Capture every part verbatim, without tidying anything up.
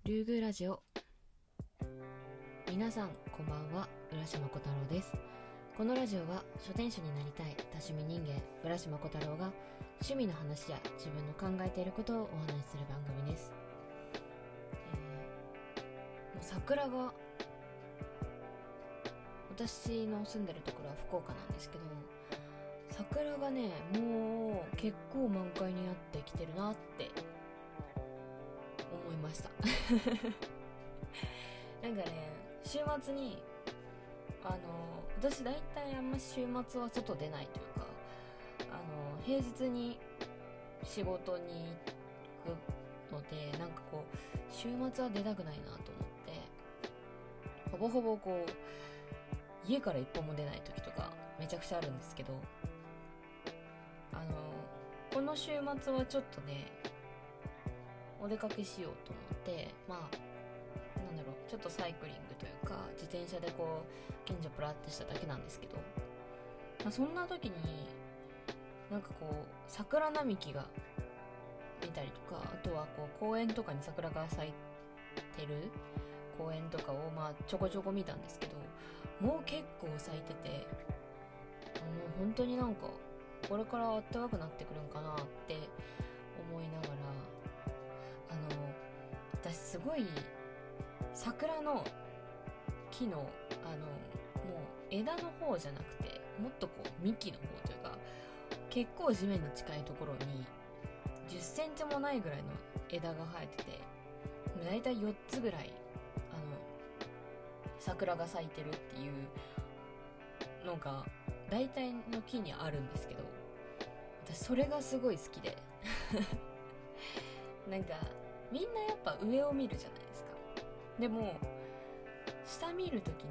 ルーグラジオ。皆さんこんばんは、浦島小太郎です。このラジオは書店主になりたい多趣味人間浦島小太郎が趣味の話や自分の考えていることをお話しする番組です。えー、もう桜が、私の住んでるところは福岡なんですけど、桜がねもう結構満開になってきてるなって思いましたなんかね、週末にあの私大体あんま週末は外出ないというか、あの平日に仕事に行くので、なんかこう週末は出たくないなと思って、ほぼほぼこう家から一歩も出ない時とかめちゃくちゃあるんですけど、あのこの週末はちょっとねお出かけしようと思って、まあなんだろう、ちょっとサイクリングというか自転車でこう近所プラってしただけなんですけど、まあ、そんな時になんかこう桜並木が見たりとか、あとはこう公園とかに桜が咲いてる公園とかをまあちょこちょこ見たんですけど、もう結構咲いてて、もう本当になんかこれから暖かくなってくるんかなって思いながら、あの私すごい桜の木のあのもう枝の方じゃなくて、もっとこう幹の方というか、結構地面に近いところにじゅっセンチもないぐらいの枝が生えてて、だいたいよっつぐらいあの桜が咲いてるっていうのが大体の木にあるんですけど、私それがすごい好きでなんかみんなやっぱ上を見るじゃないですか。でも下見るときに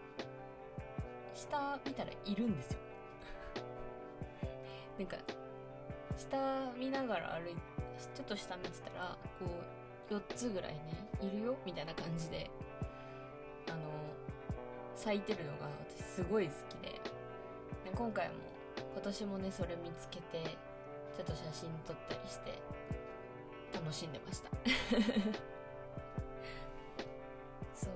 下見たらいるんですよなんか下見ながら歩いて、ちょっと下見てたらこうよっつぐらいねいるよみたいな感じで、あの咲いてるのが私すごい好きで、で今回も今年もねそれ見つけてちょっと写真撮ったりして楽しんでましたそう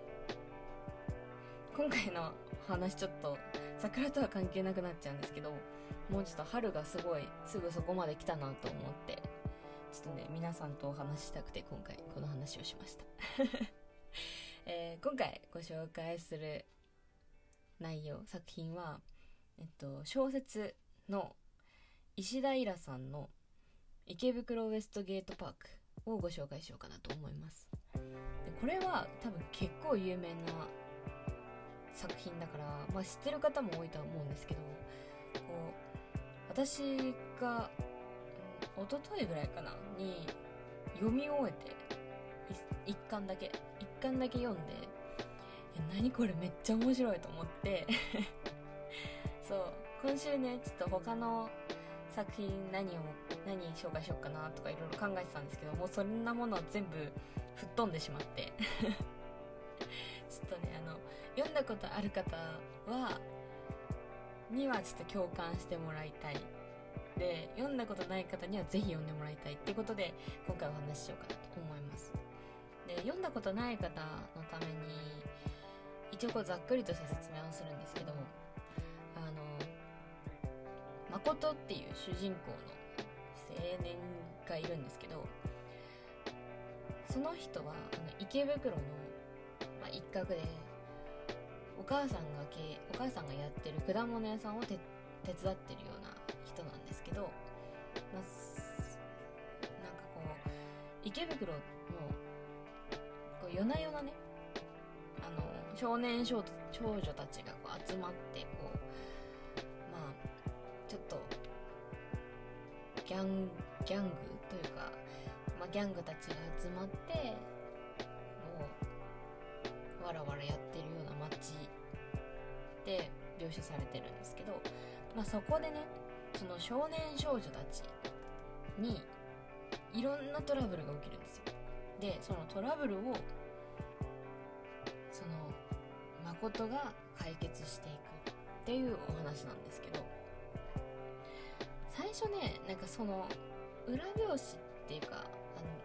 今回の話ちょっと桜とは関係なくなっちゃうんですけど、もうちょっと春がすごいすぐそこまで来たなと思って、ちょっとね皆さんとお話ししたくて今回この話をしましたえー、今回ご紹介する内容作品は、えっと、小説の石田イラさんの池袋ウエストゲートパークをご紹介しようかなと思います。でこれは多分結構有名な作品だから、まあ、知ってる方も多いとは思うんですけど、こう私が、うん、一昨日ぐらいかなに読み終えて一巻だけ一巻だけ読んで、いや何これめっちゃ面白いと思ってそう今週ねちょっと他の作品何を何紹介しようかなとかいろいろ考えてたんですけど、もうそんなものは全部吹っ飛んでしまってちょっとねあの読んだことある方はにはちょっと共感してもらいたいで、読んだことない方にはぜひ読んでもらいたいってことで今回お話ししようかなと思います。で読んだことない方のために一応こうざっくりとした説明をするんですけど、あの誠っていう主人公の青年がいるんですけど、その人はあの池袋の、まあ、一角でお母さんが経営お母さんがやってる果物屋さんを手手伝ってるような人なんですけど、まあ、なんかこう池袋のこう夜な夜なね、あの少年少少女たちがこう集まってこうまあちょっとギャンギャングというか、まあ、ギャングたちが集まってもうわらわらやってるような街で描写されてるんですけど、まあ、そこでねその少年少女たちにいろんなトラブルが起きるんですよ。でそのトラブルをその誠が解決していくっていうお話なんですけど、最初ねなんかその裏表紙っていうかあの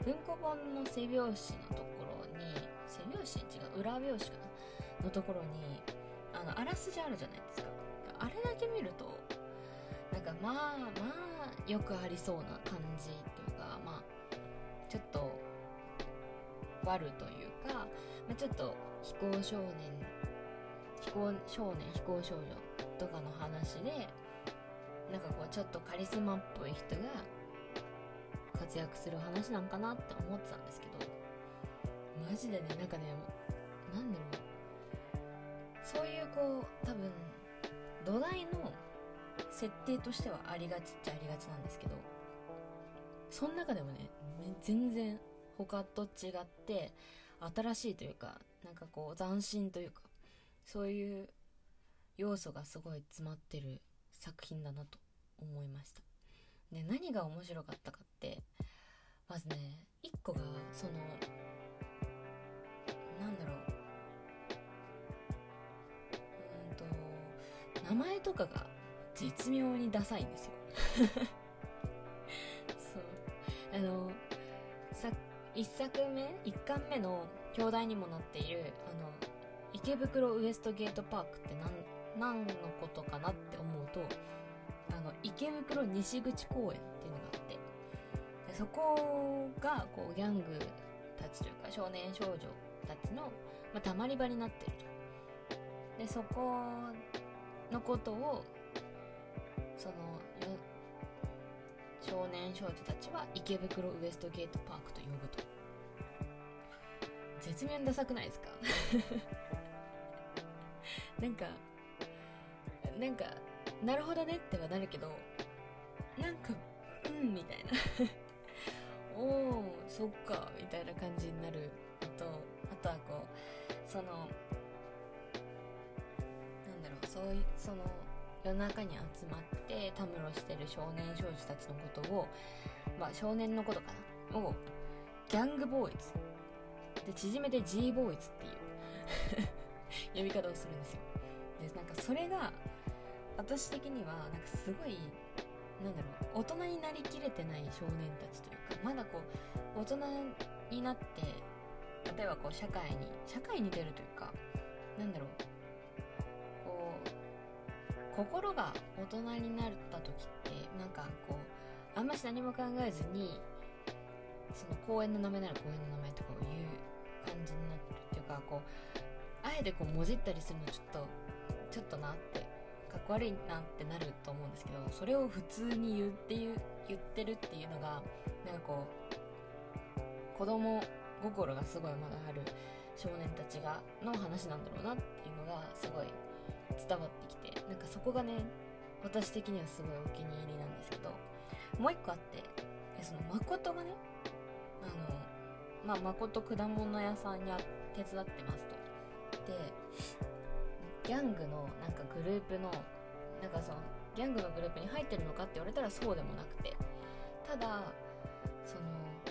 文庫本の背表紙のところに、背表紙違う裏表紙かなのところにあのあらすじあるじゃないですか。あれだけ見るとなんかまあまあよくありそうな感じというか、まあちょっと悪というか、まあ、ちょっと非行少年非行少年非行少女とかの話で、なんかこうちょっとカリスマっぽい人が活躍する話なんかなって思ってたんですけど、マジでね、なんかね、なんだろう、そういうこう多分土台の設定としてはありがちっちゃありがちなんですけど、その中でもね全然他と違って新しいというか、なんかこう斬新というか、そういう要素がすごい詰まってる作品だなと思いました。で、何が面白かったかって、まずね、一個がそのなんだろううーんと名前とかが絶妙にダサいんですよそうあのさ一作目一巻目の表題にもなっているあの池袋ウエストゲートパークって何何のことかなって思うと、あの池袋西口公園っていうのがあって、でそこがこうギャングたちというか少年少女たちの、まあ、たまり場になっていると。でそこのことをその少年少女たちは池袋ウエストゲートパークと呼ぶと。絶妙にダサくないですかなんかなんかなるほどねってはなるけど、なんかうんみたいなおーそっかみたいな感じになるのと、あとはこうそのなんだろう、そういうその夜中に集まってたむろしてる少年少女たちのことを、まあ少年のことかなをギャングボーイズで縮めて G ボーイズっていう呼び方をするんですよ。でなんかそれが私的にはなんかすごいなんだろう、大人になりきれてない少年たちというか、まだこう大人になって例えばこう社会に社会に出るというか、なんだろう、こう心が大人になった時ってなんかこうあんまし何も考えずにその公園の名前なら公園の名前とかを言う感じになってるっていうか、こうあえてこうもじったりするのちょっとちょっとなってかっこ悪いなってなると思うんですけど、それを普通に言って言う言ってるっていうのがなんかこう子供心がすごいまだある少年たちがの話なんだろうなっていうのがすごい伝わってきて、なんかそこがね私的にはすごいお気に入りなんですけど、もう一個あって、その誠がねあのまあ誠果物屋さんに手伝ってますと。でギャングのなんかグループのなんかそのギャングのグループに入ってるのかって言われたらそうでもなくて、ただその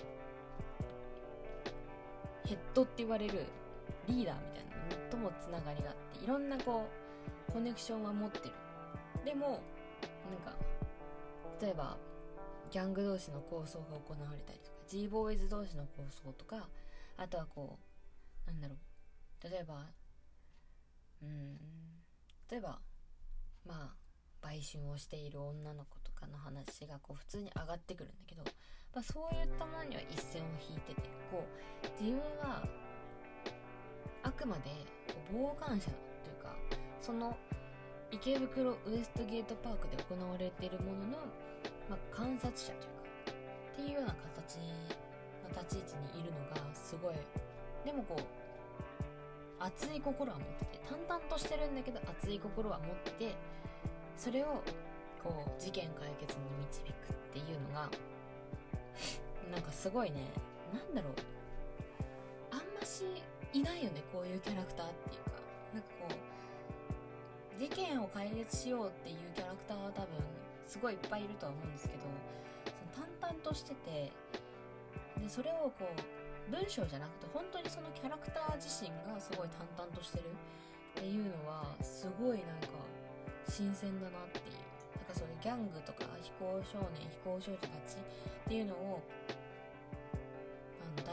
ヘッドって言われるリーダーみたいなのともつながりがあって、いろんなこうコネクションは持ってる。でもなんか例えばギャング同士の抗争が行われたりとか G ボーイズ同士の抗争とか、あとはこうなんだろう、例えばうーん例えばまあ売春をしている女の子とかの話がこう普通に上がってくるんだけど、まあ、そういったものには一線を引いてて、こう自分はあくまでこう傍観者というか、その池袋ウエストゲートパークで行われているものの、まあ、観察者というかっていうような形の立ち位置にいるのがすごい、でもこう熱い心は持ってて、淡々としてるんだけど熱い心は持ってて、それをこう事件解決に導くっていうのがなんかすごいね、なんだろう、あんましいないよねこういうキャラクターっていうか、なんかこう事件を解決しようっていうキャラクターは多分すごいいっぱいいるとは思うんですけど、その淡々としてて、でそれをこう文章じゃなくて本当にそのキャラクター自身がすごい淡々としてるっていうのはすごいなんか新鮮だなっていう。なんかそういうギャングとか非行少年非行少女たちっていうのを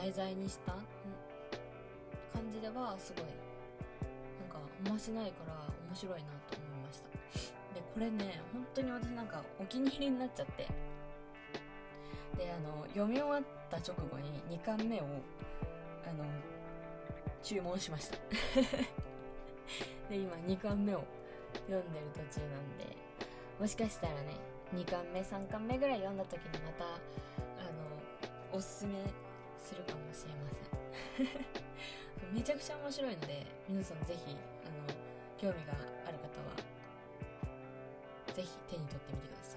題材にした感じではすごいなんかあんましないから面白いなと思いました。でこれね本当に私なんかお気に入りになっちゃって、であの読み終わった直後ににかんめをあの注文しましたで今にかんめを読んでる途中なんで、もしかしたらねにかんめさんかんめぐらい読んだ時にまたあのおすすめするかもしれませんめちゃくちゃ面白いので、皆さんぜひあの興味がある方はぜひ手に取ってみてください。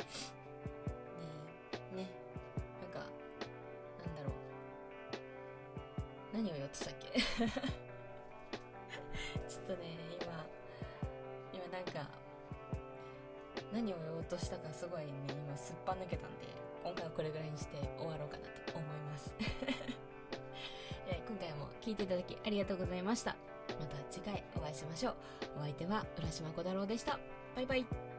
でね、なんかなんだろう、何を言おうとしたっけちょっとね今今なんか何を言おうとしたかすごいね今すっぱ抜けたんで、今回はこれぐらいにして終わろうかなと思いますえ今回も聞いていただきありがとうございました。また次回お会いしましょう。お相手は浦島小太郎でした。バイバイ。